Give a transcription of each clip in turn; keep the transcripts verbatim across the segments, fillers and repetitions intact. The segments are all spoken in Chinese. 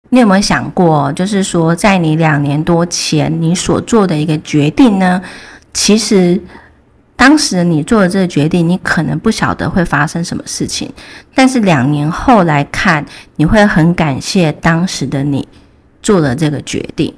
你有没有想过，就是说在你两年多前你所做的一个决定呢，其实当时你做的这个决定，你可能不晓得会发生什么事情，但是两年后来看，你会很感谢当时的你做了这个决定。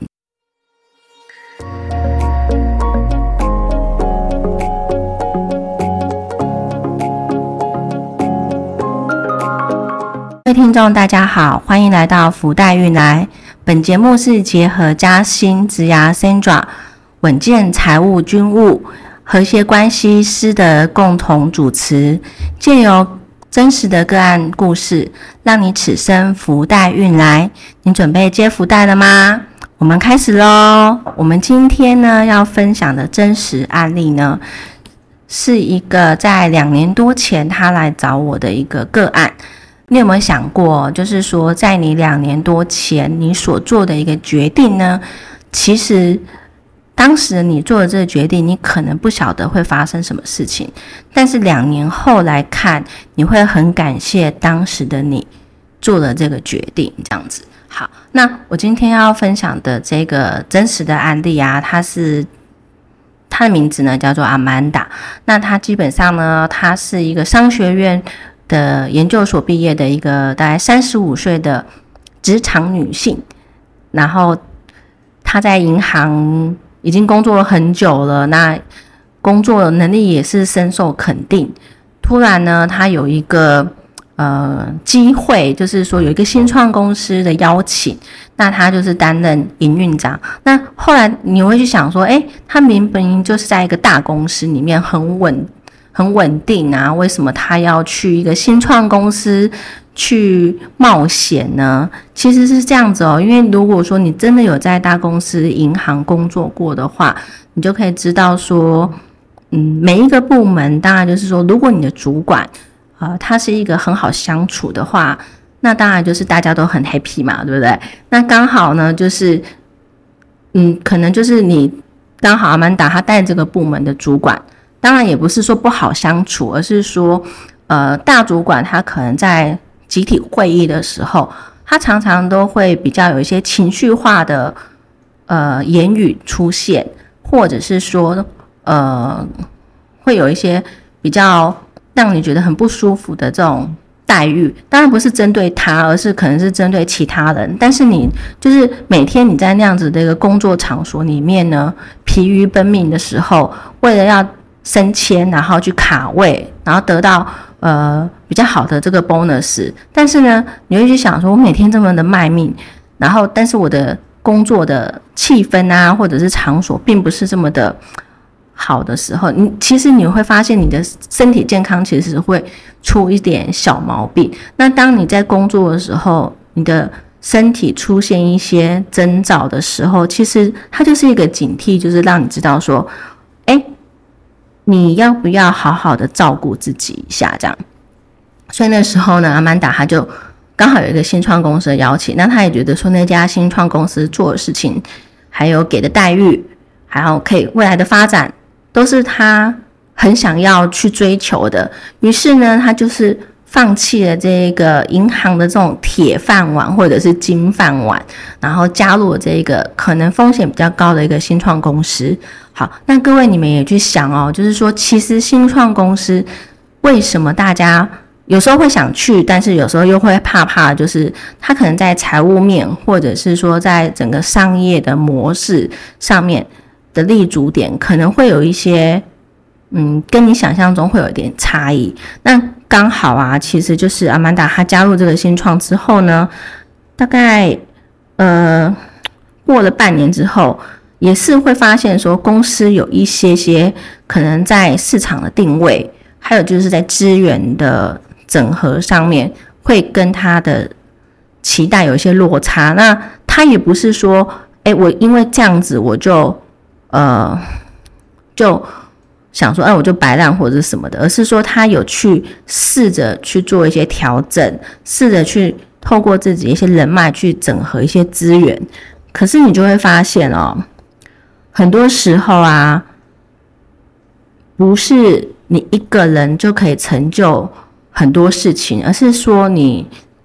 各位听众大家好，欢迎来到福袋运来。本节目是结合嘉兴职涯 Sandra 稳健财务军务和谐关系师的共同主持，借由真实的个案故事，让你此生福袋运来。你准备接福袋了吗？我们开始咯。我们今天呢要分享的真实案例呢，是一个在两年多前他来找我的一个个案。你有没有想过，就是说在你两年多前你所做的一个决定呢，其实当时你做的这个决定，你可能不晓得会发生什么事情，但是两年后来看，你会很感谢当时的你做了这个决定，这样子。好，那我今天要分享的这个真实的案例啊，它是它的名字呢叫做阿曼达。那它基本上呢，它是一个商学院的研究所毕业的一个大概三十五岁的职场女性，然后她在银行已经工作了很久了，那工作能力也是深受肯定。突然呢，她有一个呃机会，就是说有一个新创公司的邀请，那她就是担任营运长。那后来你会去想说，诶，她明明就是在一个大公司里面很稳很稳定啊，为什么他要去一个新创公司去冒险呢？其实是这样子哦，因为如果说你真的有在大公司银行工作过的话，你就可以知道说，嗯，每一个部门，当然就是说，如果你的主管呃他是一个很好相处的话，那当然就是大家都很 happy 嘛，对不对？那刚好呢，就是嗯，可能就是你刚好阿曼达他带这个部门的主管。当然也不是说不好相处，而是说呃，大主管他可能在集体会议的时候，他常常都会比较有一些情绪化的呃言语出现，或者是说呃会有一些比较让你觉得很不舒服的这种待遇。当然不是针对他，而是可能是针对其他人。但是你就是每天你在那样子的一个工作场所里面呢，疲于奔命的时候，为了要升迁，然后去卡位，然后得到呃比较好的这个 bonus， 但是呢，你会去想说，我每天这么的卖命，然后但是我的工作的气氛啊，或者是场所，并不是这么的好的时候，你其实你会发现你的身体健康其实会出一点小毛病。那当你在工作的时候，你的身体出现一些征兆的时候，其实它就是一个警惕，就是让你知道说，哎。你要不要好好的照顾自己一下这样。所以那时候呢，阿曼达他就刚好有一个新创公司的邀请，那他也觉得说那家新创公司做的事情，还有给的待遇，还有可以未来的发展，都是他很想要去追求的。于是呢，他就是放弃了这个银行的这种铁饭碗或者是金饭碗，然后加入了这个可能风险比较高的一个新创公司。好，那各位你们也去想哦，就是说其实新创公司为什么大家有时候会想去，但是有时候又会怕怕，就是它可能在财务面或者是说在整个商业的模式上面的立足点可能会有一些嗯，跟你想象中会有一点差异。那刚好啊，其实就是阿曼达她加入这个新创之后呢，大概呃过了半年之后，也是会发现说公司有一些些可能在市场的定位，还有就是在资源的整合上面会跟他的期待有一些落差。那他也不是说诶我因为这样子我就呃就想说哎我就白烂或者是什么的，而是说他有去试着去做一些调整，试着去透过自己一些人脉去整合一些资源。可是你就会发现哦，很多时候啊，不是你一个人就可以成就很多事情，而是说你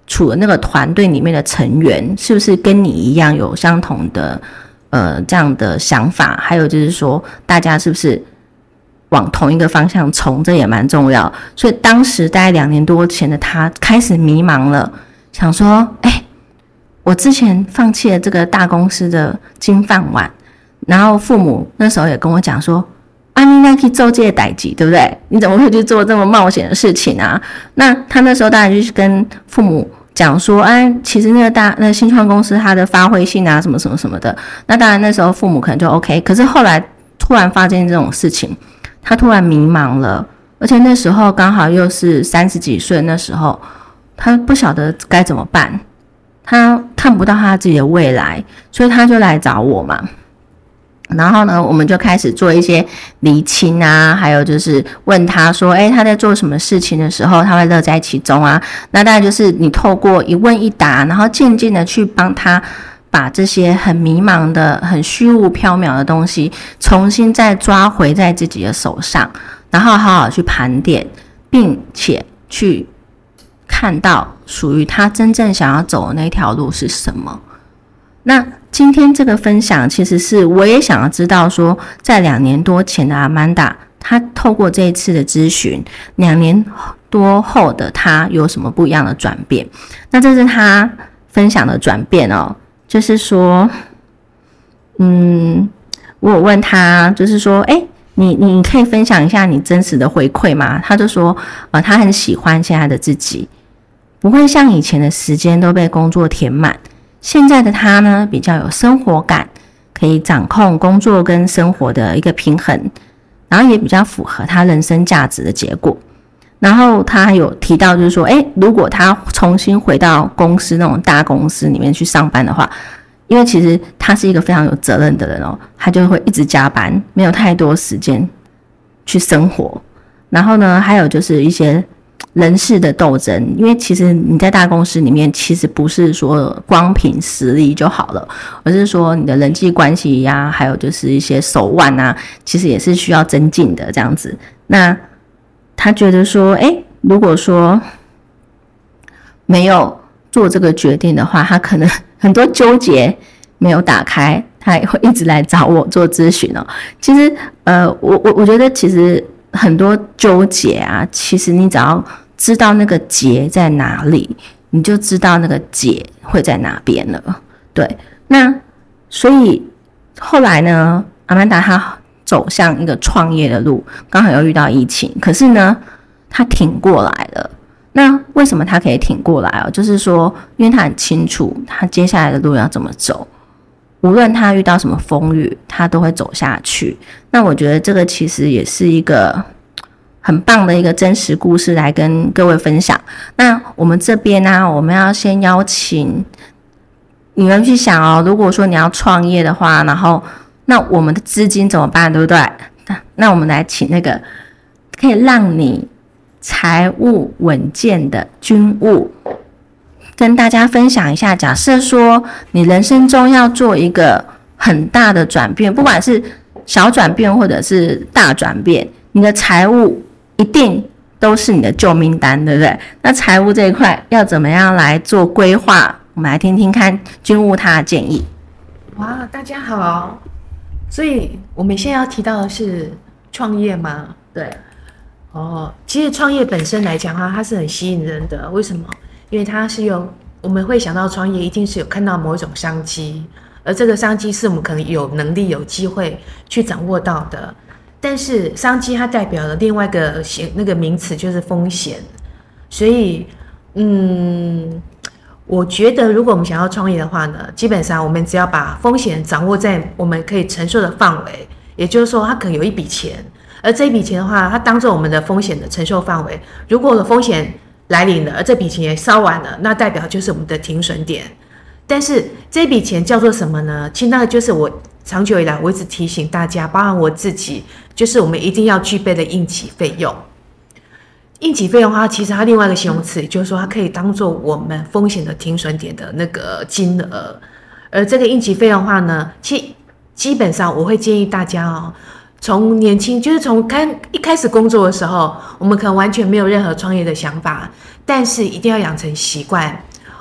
处的那个团队里面的成员是不是跟你一样有相同的呃这样的想法，还有就是说大家是不是往同一个方向冲，这也蛮重要。所以当时大概两年多前的他开始迷茫了，想说哎，我之前放弃了这个大公司的金饭碗，然后父母那时候也跟我讲说啊，你应该去做这些代志，对不对？你怎么会去做这么冒险的事情啊？那他那时候当然就是跟父母讲说，哎，其实那个大那个新创公司它的发挥性啊，什么什么什么的。那当然那时候父母可能就 OK， 可是后来突然发生这种事情，他突然迷茫了，而且那时候刚好又是三十几岁，那时候他不晓得该怎么办，他看不到他自己的未来，所以他就来找我嘛。然后呢，我们就开始做一些厘清啊，还有就是问他说，诶，他在做什么事情的时候，他会乐在其中啊。那当然就是你透过一问一答，然后渐渐的去帮他把这些很迷茫的、很虚无缥缈的东西，重新再抓回在自己的手上，然后好好去盘点，并且去看到属于他真正想要走的那条路是什么。那今天这个分享其实是我也想要知道说，在两年多前的阿曼达，她透过这一次的咨询，两年多后的她有什么不一样的转变。那这是她分享的转变哦，就是说嗯，我有问她，就是说诶你你可以分享一下你真实的回馈吗？她就说呃，她很喜欢现在的自己，不会像以前的时间都被工作填满，现在的他呢，比较有生活感，可以掌控工作跟生活的一个平衡，然后也比较符合他人生价值的结果。然后他有提到就是说，诶，如果他重新回到公司那种大公司里面去上班的话，因为其实他是一个非常有责任的人哦，他就会一直加班，没有太多时间去生活。然后呢，还有就是一些人事的斗争，因为其实你在大公司里面，其实不是说光凭实力就好了，而是说你的人际关系呀、啊，还有就是一些手腕啊，其实也是需要增进的这样子。那他觉得说，诶，如果说没有做这个决定的话，他可能很多纠结没有打开，他也会一直来找我做咨询哦。其实，呃，我我我觉得其实很多纠结啊，其实你只要知道那个结在哪里，你就知道那个解会在哪边了。对，那所以后来呢，阿曼达她走向一个创业的路，刚好又遇到疫情，可是呢，她挺过来了。那为什么她可以挺过来哦？就是说，因为她很清楚她接下来的路要怎么走，无论她遇到什么风雨，她都会走下去。那我觉得这个其实也是一个很棒的一个真实故事来跟各位分享。那我们这边呢、啊，我们要先邀请你们去想哦，如果说你要创业的话，然后那我们的资金怎么办，对不对？那我们来请那个可以让你财务稳健的军务，跟大家分享一下。假设说你人生中要做一个很大的转变，不管是小转变或者是大转变，你的财务一定都是你的救命单，对不对？那财务这一块要怎么样来做规划？我们来听听看军务他的建议。 哇，大家好！所以我们现在要提到的是创业吗？ 对。 哦，其实创业本身来讲啊，它是很吸引人的。为什么？因为它是有我们会想到创业，一定是有看到某一种商机，而这个商机是我们可能有能力、有机会去掌握到的。但是商机它代表了另外一个那个名词，就是风险。所以，嗯，我觉得如果我们想要创业的话呢，基本上我们只要把风险掌握在我们可以承受的范围，也就是说，它可能有一笔钱，而这一笔钱的话，它当做我们的风险的承受范围。如果我的风险来临了，而这笔钱也烧完了，那代表就是我们的停损点。但是这笔钱叫做什么呢？其实那个就是我长久以来我一直提醒大家，包含我自己，就是我们一定要具备的应急费用。应急费用的话，其实它另外一个形容词，就是说它可以当做我们风险的停损点的那个金额。而这个应急费用的话呢，其基本上我会建议大家哦，从年轻，就是从开一开始工作的时候，我们可能完全没有任何创业的想法，但是一定要养成习惯。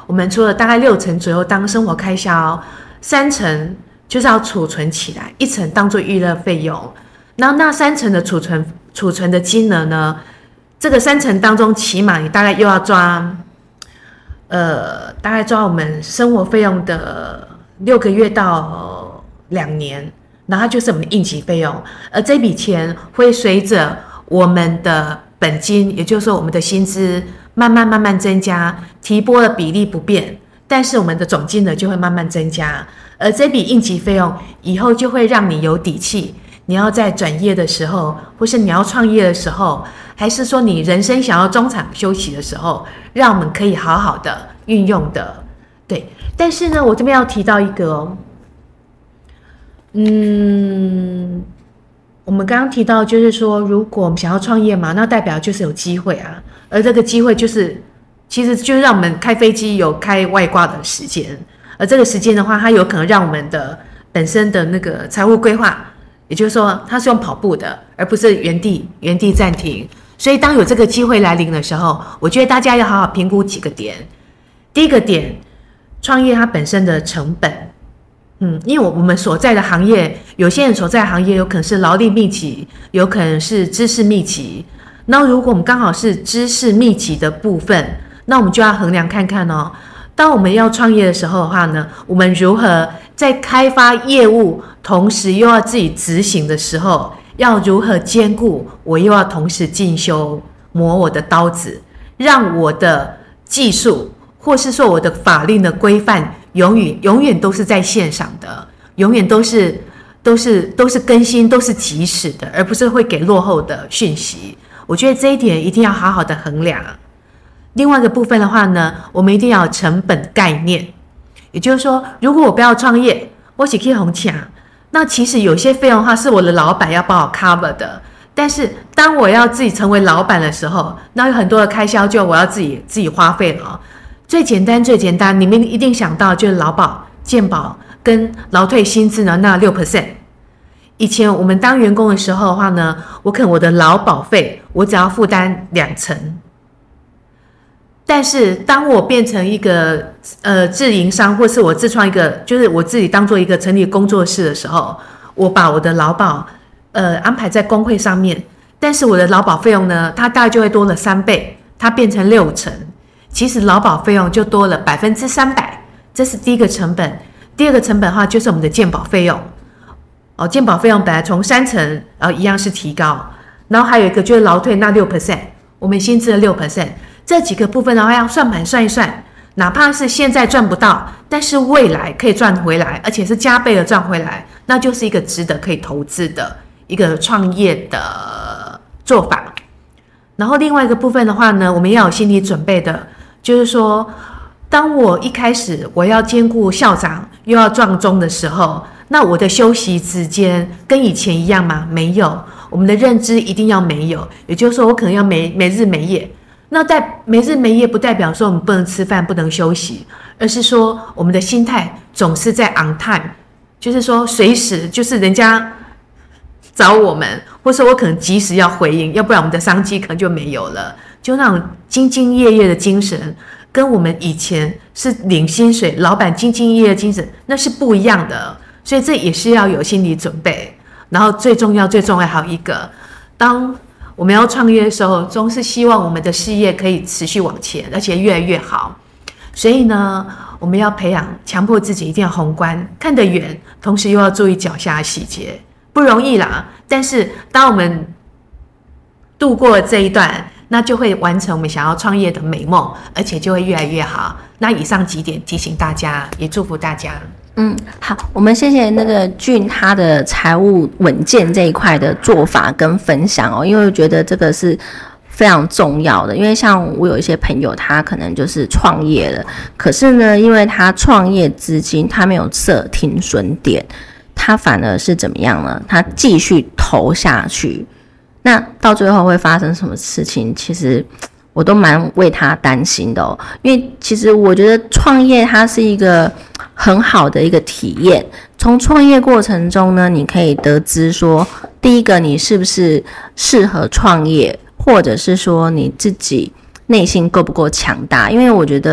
我们除了大概六成左右当生活开销，三成就是要储存起来，一成当做娱乐费用。然后那三成的储存储存的金额呢，这个三成当中，起码你大概又要抓，呃，大概抓我们生活费用的六个月到两年，然后它就是我们的应急费用，而这笔钱会随着我们的本金，也就是说我们的薪资慢慢慢慢增加，提拨的比例不变，但是我们的总金额就会慢慢增加，而这笔应急费用以后就会让你有底气，你要在转业的时候，或是你要创业的时候，还是说你人生想要中场休息的时候，让我们可以好好的运用的。对，但是呢，我这边要提到一个哦，嗯。我们刚刚提到，就是说，如果我们想要创业嘛，那代表就是有机会啊。而这个机会就是，其实就是让我们开飞机有开外挂的时间。而这个时间的话，它有可能让我们的本身的那个财务规划，也就是说，它是用跑步的，而不是原地原地暂停。所以，当有这个机会来临的时候，我觉得大家要好好评估几个点。第一个点，创业它本身的成本。嗯，因为我们所在的行业，有些人所在的行业有可能是劳力密集，有可能是知识密集。那如果我们刚好是知识密集的部分，那我们就要衡量看看哦。当我们要创业的时候的话呢，我们如何在开发业务，同时又要自己执行的时候，要如何兼顾？我又要同时进修，磨我的刀子，让我的技术，或是说我的法令的规范。永远永远都是在线上的，永远都是都是都是更新，都是及时的，而不是会给落后的讯息。我觉得这一点一定要好好的衡量。另外一个部分的话呢，我们一定要有成本概念，也就是说，如果我不要创业，我只可以红抢，那其实有些费用的话是我的老板要帮我 cover 的。但是当我要自己成为老板的时候，那有很多的开销就我要自己自己花费了哦。最简单最简单，你们一定想到就是劳保、健保跟劳退薪资呢，那 百分之六。以前我们当员工的时候的话呢，我可能我的劳保费我只要负担两成，但是当我变成一个呃自营商，或是我自创一个，就是我自己当做一个成立工作室的时候，我把我的劳保呃安排在工会上面，但是我的劳保费用呢，它大概就会多了三倍，它变成六成。其实劳保费用就多了百分之三百，这是第一个成本。第二个成本的话，就是我们的健保费用。哦，健保费用本来从三成，然后一样是提高，然后还有一个就是劳退那 百分之六， 我们薪资的 百分之六， 这几个部分的话要算盘算一算，哪怕是现在赚不到，但是未来可以赚回来，而且是加倍的赚回来，那就是一个值得可以投资的一个创业的做法。然后另外一个部分的话呢，我们要有心理准备的。就是说，当我一开始我要兼顾校长又要撞钟的时候，那我的休息时间跟以前一样吗？没有，我们的认知一定要没有。也就是说，我可能要没没日没夜。那在没日没夜不代表说我们不能吃饭、不能休息，而是说我们的心态总是在 on time， 就是说随时就是人家找我们，或者说我可能及时要回应，要不然我们的商机可能就没有了。就那种兢兢业业的精神，跟我们以前是领薪水，老板兢兢业业的精神，那是不一样的。所以这也是要有心理准备。然后最重要、最重要还有一个，当我们要创业的时候，总是希望我们的事业可以持续往前，而且越来越好。所以呢，我们要培养、强迫自己一定要宏观，看得远，同时又要注意脚下的细节，不容易啦。但是当我们度过这一段，那就会完成我们想要创业的美梦，而且就会越来越好。那以上几点提醒大家，也祝福大家。 嗯，好，我们谢谢那个俊他的财务稳健这一块的做法跟分享哦，因为我觉得这个是非常重要的。因为像我有一些朋友，他可能就是创业了，可是呢，因为他创业资金他没有设停损点，他反而是怎么样呢？他继续投下去。那到最后会发生什么事情？其实我都蛮为他担心的哦，因为其实我觉得创业它是一个很好的一个体验。从创业过程中呢，你可以得知说，第一个你是不是适合创业，或者是说你自己内心够不够强大。因为我觉得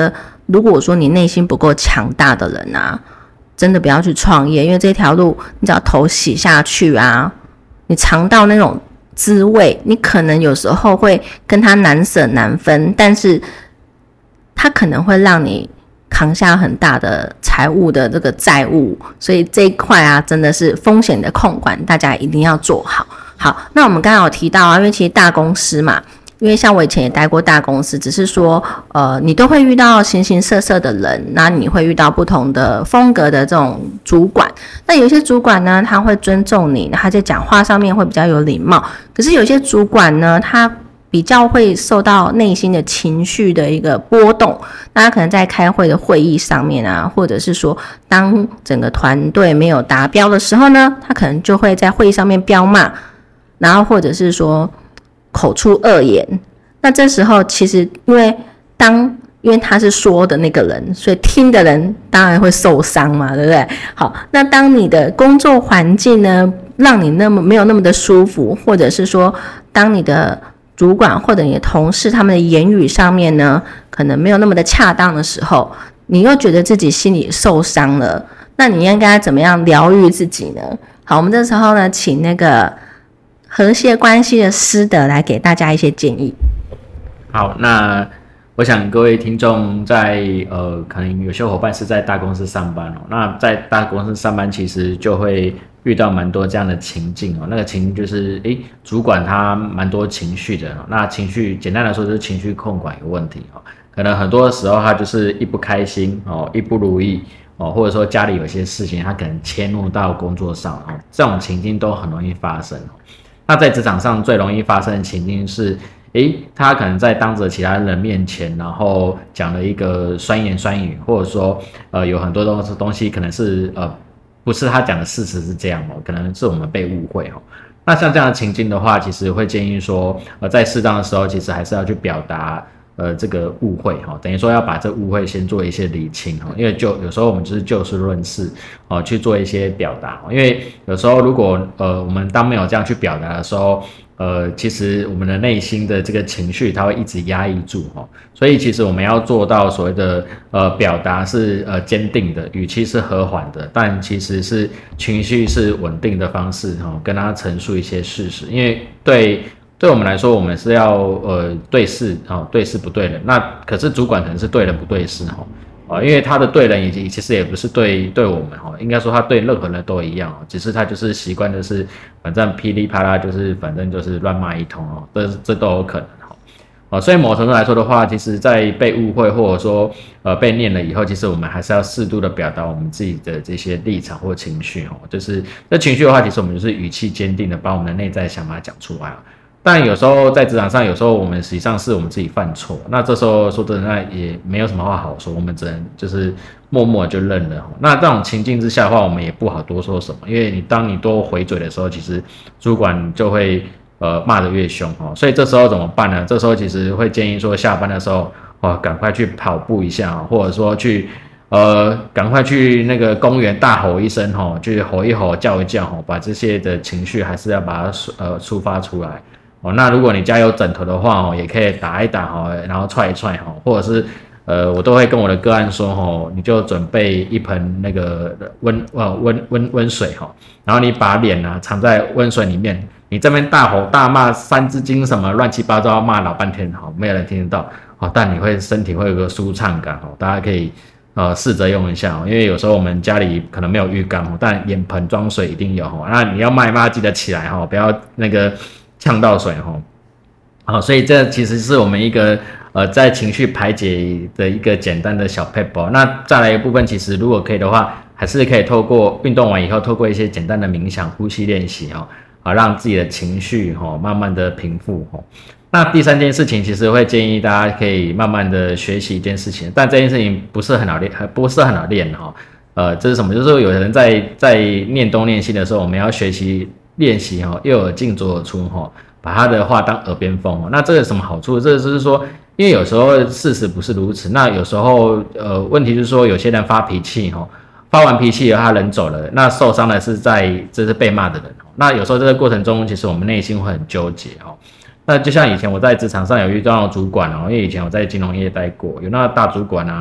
如果说你内心不够强大的人啊，真的不要去创业，因为这条路你只要头洗下去啊，你尝到那种滋味，你可能有时候会跟他难舍难分，但是他可能会让你扛下很大的财务的这个债务，所以这一块啊，真的是风险的控管，大家一定要做好。好，那我们刚刚有提到啊，因为其实大公司嘛，因为像我以前也待过大公司，只是说呃，你都会遇到形形色色的人，那你会遇到不同的风格的这种主管。那有些主管呢，他会尊重你，他在讲话上面会比较有礼貌。可是有些主管呢，他比较会受到内心的情绪的一个波动。那他可能在开会的会议上面啊，或者是说当整个团队没有达标的时候呢，他可能就会在会议上面飙骂，然后或者是说口出恶言。那这时候其实因为当因为他是说的那个人，所以听的人当然会受伤嘛，对不对？好，那当你的工作环境呢，让你那么没有那么的舒服，或者是说当你的主管或者你的同事他们的言语上面呢，可能没有那么的恰当的时候，你又觉得自己心里受伤了，那你应该怎么样疗愈自己呢？好，我们这时候呢，请那个和谐关系的师德来给大家一些建议。 好，那我想各位听众在呃，可能有些伙伴是在大公司上班哦，那在大公司上班其实就会遇到蛮多这样的情境哦，那个情境就是，诶，主管他蛮多情绪的哦，那情绪简单来说就是情绪控管有问题哦，可能很多时候他就是一不开心哦，一不如意哦，或者说家里有些事情他可能迁怒到工作上哦，这种情境都很容易发生哦。那在职场上最容易发生的情境是，诶，他可能在当着其他人面前，然后讲了一个酸言酸语，或者说呃有很多东西东西可能是呃。不是他讲的事实是这样哦，可能是我们被误会哦。那像这样的情境的话，其实会建议说，呃，在适当的时候，其实还是要去表达呃这个误会哈、哦，等于说要把这误会先做一些理清哈、哦，因为就有时候我们就是就事论事哦去做一些表达、哦，因为有时候如果呃我们当没有这样去表达的时候，呃，其实我们的内心的这个情绪它会一直压抑住哈、哦，所以其实我们要做到所谓的呃表达是呃坚定的，语气是和缓的，但其实是情绪是稳定的方式哈、哦，跟他陈述一些事实，因为对。对我们来说，我们是要呃对事啊、哦，对事不对人。那可是主管可能是对人不对事哈、哦，因为他的对人以及其实也不是对对我们哈、哦，应该说他对任何人都一样哦，只是他就是习惯的是反正噼里啪啦就是反正就是乱骂一通哦，这这都有可能哈、哦。所以某程度来说的话，其实在被误会或者说呃被念了以后，其实我们还是要适度的表达我们自己的这些立场或情绪哦，就是这情绪的话，其实我们就是语气坚定的把我们的内在想法讲出来。但有时候在职场上，有时候我们实际上是我们自己犯错，那这时候说真的，那也没有什么话好说，我们只能就是默默就认了。那这种情境之下的话，我们也不好多说什么，因为你当你多回嘴的时候，其实主管就会呃骂得越凶哦。所以这时候怎么办呢？这时候其实会建议说，下班的时候哦，赶快去跑步一下，或者说去呃赶快去那个公园大吼一声吼，去吼一吼叫一叫吼，把这些的情绪还是要把它呃抒发出来。哦，那如果你家有枕头的话哦，也可以打一打哦，然后踹一踹哦，或者是呃，我都会跟我的个案说哦，你就准备一盆那个温呃温温温水哈、哦，然后你把脸啊藏在温水里面，你这边大吼大骂三字经什么乱七八糟骂老半天哈、哦，没有人听得到哦，但你会身体会有个舒畅感哦，大家可以呃试着用一下哦，因为有时候我们家里可能没有浴缸哦，但脸盆装水一定有哦，那你要骂一骂记得起来哈、哦，不要那个。呛到水齁，好，所以这其实是我们一个呃在情绪排解的一个简单的小 paper。那再来一部分，其实如果可以的话，还是可以透过运动完以后，透过一些简单的冥想、呼吸练习哦，啊，让自己的情绪齁慢慢的平复齁。那第三件事情，其实会建议大家可以慢慢的学习一件事情，但这件事情不是很好练，不是很好练齁。呃，这是什么？就是有人在在念东念西的时候，我们要学习。练习哈，右耳进左耳出哈，把他的话当耳边风哦。那这个有什么好处？这个就是说，因为有时候事实不是如此。那有时候呃，问题就是说，有些人发脾气哈，发完脾气以后他人走了，那受伤的是在这是被骂的人。那有时候这个过程中，其实我们内心会很纠结哦。那就像以前我在职场上有遇到主管哦，因为以前我在金融业待过，有那大主管啊。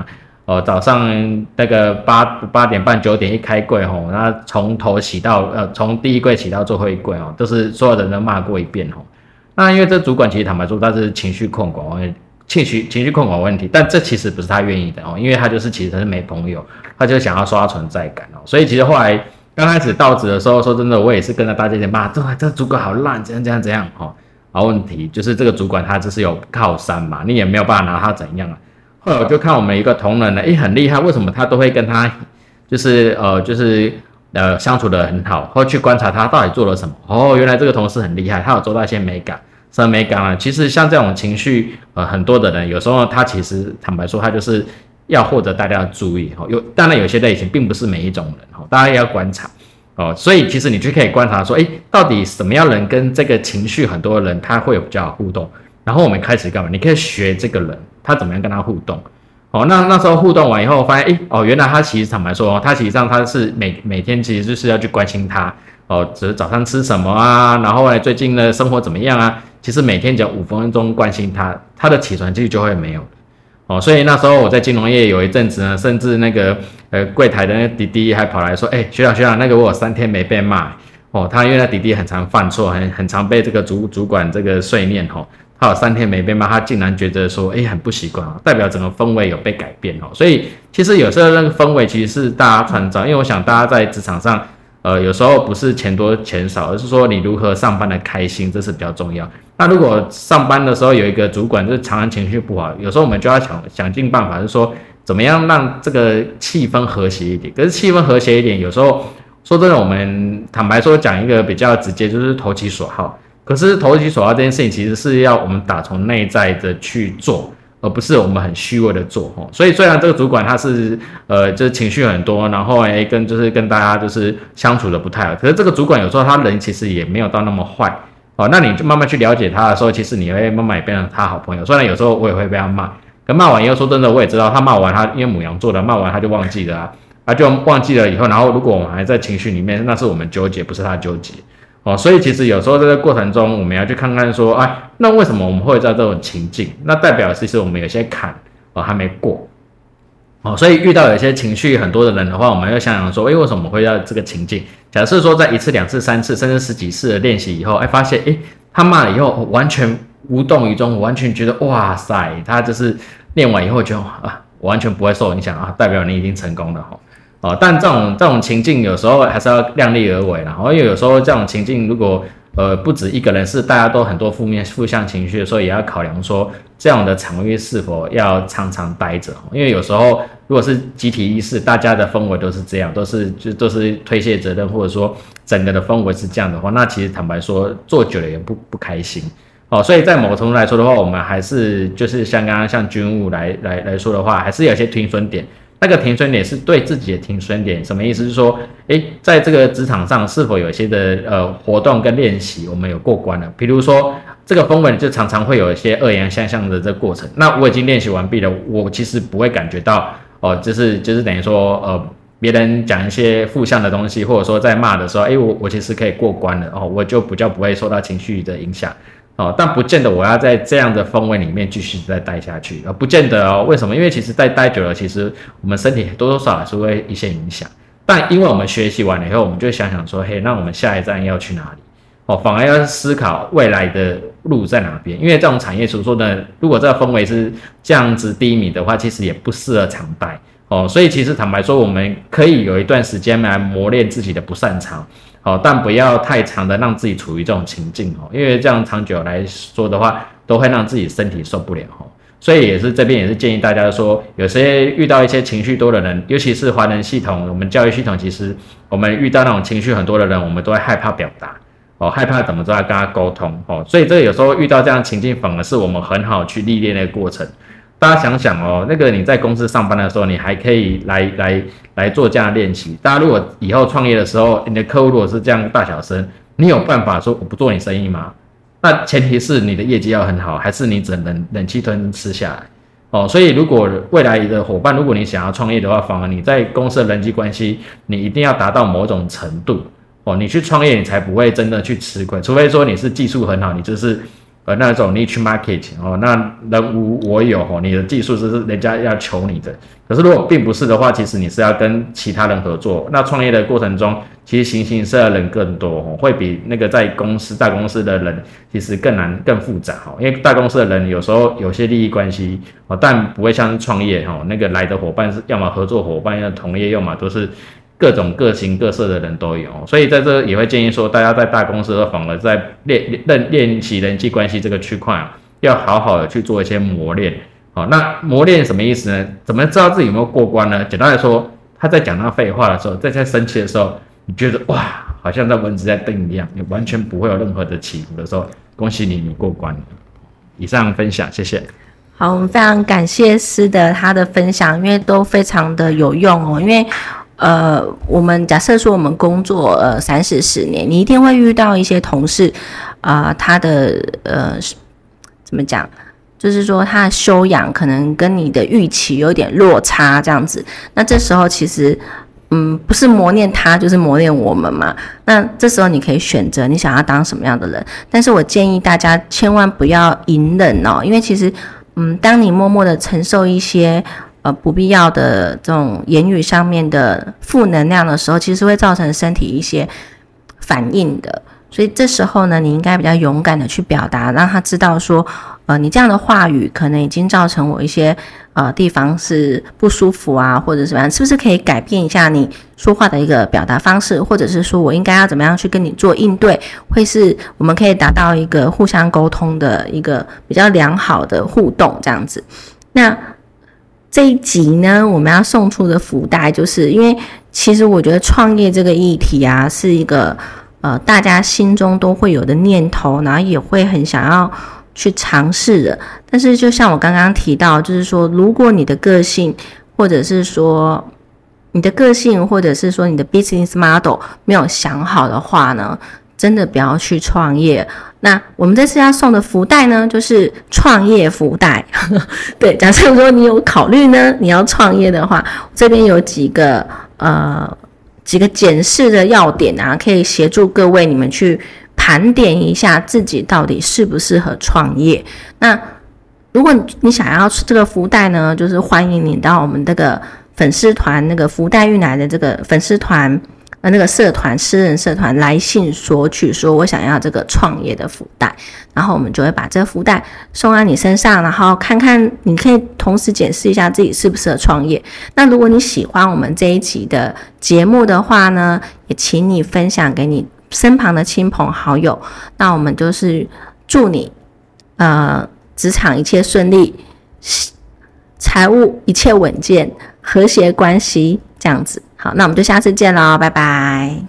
哦，早上那个八八点半九点一开柜吼，那从头洗到呃从第一柜洗到最后一柜哦，都是所有人都骂过一遍吼。那因为这主管其实坦白说他是情绪控管，情绪情绪控管问题，但这其实不是他愿意的哦，因为他就是其实他是没朋友，他就想要刷存在感哦，所以其实后来刚开始到职的时候，说真的，我也是跟着大家一起骂，这这主管好烂，怎样怎样怎样哦。好，问题就是这个主管他就是有靠山嘛，你也没有办法拿他怎样啊。后来我就看我们一个同仁呢，诶，很厉害，为什么他都会跟他就是呃就是呃相处得很好，后去观察他到底做了什么。哦，原来这个同事很厉害，他有做到一些美感，什么美感啊？其实像这种情绪呃很多的人，有时候他其实坦白说，他就是要获得大家的注意。有当然有些类型并不是每一种人，大家也要观察。哦，所以其实你就可以观察说，诶，到底什么样人跟这个情绪很多的人他会有比较好互动，然后我们开始干嘛？你可以学这个人他怎么样跟他互动。哦，那那时候互动完以后，发现，诶，哦，原来他其实坦白说，他其实上他是每每天其实就是要去关心他，哦，只是早上吃什么啊，然后呢最近的生活怎么样啊？其实每天只要五分钟关心他，他的起床气就会没有。哦，所以那时候我在金融业有一阵子呢，甚至那个呃柜台的那个弟弟还跑来说，哎，学长学长，那个我有三天没被骂。哦，他因为那弟弟很常犯错，很很常被这个主主管这个碎念吼，他有三天没被骂，他竟然觉得说，哎，很不习惯哦，代表整个氛围有被改变哦。所以其实有时候那个氛围其实是大家创造，因为我想大家在职场上，呃，有时候不是钱多钱少，而是说你如何上班的开心，这是比较重要。那如果上班的时候有一个主管就是常常情绪不好，有时候我们就要想想尽办法，就是说怎么样让这个气氛和谐一点。可是气氛和谐一点，有时候说真的，我们坦白说讲一个比较直接，就是投其所好。可是投其所好这件事情，其实是要我们打从内在的去做，而不是我们很虚伪的做。所以虽然这个主管他是呃就是情绪很多，然后哎跟就是跟大家就是相处的不太好，可是这个主管有时候他人其实也没有到那么坏。哦，那你就慢慢去了解他的时候，其实你会慢慢也变成他好朋友。虽然有时候我也会被他骂，可骂完以后，说真的，我也知道他骂完他因为牡羊座的，骂完他就忘记了啊，他就忘记了以后，然后如果我们还在情绪里面，那是我们纠结，不是他纠结。哦，所以其实有时候在这个过程中，我们要去看看说，哎，那为什么我们会在这种情境？那代表其实我们有些坎哦还没过。哦，所以遇到有些情绪很多的人的话，我们要想想说，哎，为什么会在这个情境？假设说在一次、两次、三次，甚至十几次的练习以后，哎，发现，哎，他骂了以后完全无动于衷，完全觉得哇塞，他就是练完以后就啊，完全不会受影响啊，代表你已经成功了哈。哦，但这种这种情境有时候还是要量力而为啦，因为有时候这种情境如果呃不止一个人是大家都很多负面负向情绪，所以也要考量说这样的场域是否要常常待着，因为有时候如果是集体意识，大家的氛围都是这样，都是就都是推卸责任，或者说整个的氛围是这样的话，那其实坦白说做久了也不不开心。哦，所以在某个程度来说的话，我们还是就是像刚刚像军务来来来说的话，还是有些停损点。那个停损点是对自己的停损点，什么意思？是说，诶，在这个职场上是否有一些的呃活动跟练习，我们有过关了？比如说，这个氛围就常常会有一些恶言相向的这个过程。那我已经练习完毕了，我其实不会感觉到哦，就是就是等于说，呃，别人讲一些负向的东西，或者说在骂的时候，诶，我我其实可以过关了哦，我就比较不会受到情绪的影响。哦，但不见得我要在这样的氛围里面继续再待下去，而不见得哦。为什么？因为其实在待久了，其实我们身体多多少少是会一些影响。但因为我们学习完了以后，我们就想想说，嘿，那我们下一站要去哪里？哦，反而要思考未来的路在哪边。因为这种产业所说的，如果这个氛围是这样子低迷的话，其实也不适合常待。哦，所以其实坦白说，我们可以有一段时间来磨练自己的不擅长。哦，但不要太长的让自己处于这种情境哦，因为这样长久来说的话，都会让自己身体受不了哦。所以也是这边也是建议大家说，有些遇到一些情绪多的人，尤其是华人系统，我们教育系统，其实我们遇到那种情绪很多的人，我们都会害怕表达哦，害怕怎么着跟他沟通哦。所以这有时候遇到这样情境，反而是我们很好去历练的过程。大家想想哦，那个你在公司上班的时候，你还可以来来来做这样的练习。大家如果以后创业的时候，你的客户如果是这样大小声，你有办法说我不做你生意吗？那前提是你的业绩要很好，还是你只能忍气吞声吃下来？哦，所以如果未来的伙伴，如果你想要创业的话，反而你在公司的人际关系，你一定要达到某种程度哦，你去创业你才不会真的去吃亏，除非说你是技术很好，你就是呃那种 niche market 哦，那人无我有哦，你的技术是人家要求你的。可是如果并不是的话，其实你是要跟其他人合作。那创业的过程中，其实形形色色的人更多哦，会比那个在公司大公司的人其实更难更复杂哦。因为大公司的人有时候有些利益关系哦，但不会像是创业哦，那个来的伙伴是要么合作伙伴，要么同业，要么都是各种各形各色的人都有。所以在这也会建议说，大家在大公司反而在练练练习人际关系这个区块，要好好的去做一些磨练。好，那磨练什么意思呢？怎么知道自己有没有过关呢？简单来说，他在讲那废话的时候，在在生气的时候，你觉得哇，好像在蚊子在叮一样，你完全不会有任何的起伏的时候，恭喜你，你过关了。以上分享，谢谢。 好，我们非常感谢思德他的分享，因为都非常的有用哦。因为呃，我们假设说我们工作呃三四十年，你一定会遇到一些同事，啊、呃，他的呃怎么讲？就是说他的修养可能跟你的预期有点落差这样子，那这时候其实嗯不是磨练他就是磨练我们嘛，那这时候你可以选择你想要当什么样的人，但是我建议大家千万不要隐忍哦，因为其实嗯当你默默的承受一些呃不必要的这种言语上面的负能量的时候，其实会造成身体一些反应的，所以这时候呢，你应该比较勇敢的去表达，让他知道说，呃，你这样的话语可能已经造成我一些呃地方是不舒服啊，或者怎么样，是不是可以改变一下你说话的一个表达方式，或者是说我应该要怎么样去跟你做应对，会是我们可以达到一个互相沟通的一个比较良好的互动这样子。那这一集呢，我们要送出的福袋，就是因为其实我觉得创业这个议题啊，是一个呃大家心中都会有的念头，然后也会很想要去尝试的。但是就像我刚刚提到，就是说如果你的个性或者是说你的个性或者是说你的 business model 没有想好的话呢，真的不要去创业。那我们这次要送的福袋呢，就是创业福袋对，假设说你有考虑呢你要创业的话，这边有几个呃几个检视的要点啊，可以协助各位你们去盘点一下自己到底适不适合创业。那如果你想要这个福袋呢，就是欢迎你到我们这个粉丝团，那个福袋运来的这个粉丝团呃那个社团私人社团来信索取，说我想要这个创业的福袋，然后我们就会把这个福袋送在你身上，然后看看你可以同时检视一下自己适不适合创业。那如果你喜欢我们这一集的节目的话呢，也请你分享给你身旁的亲朋好友。那我们就是祝你呃职场一切顺利，财务一切稳健，和谐关系这样子。好，那我们就下次见咯，拜拜。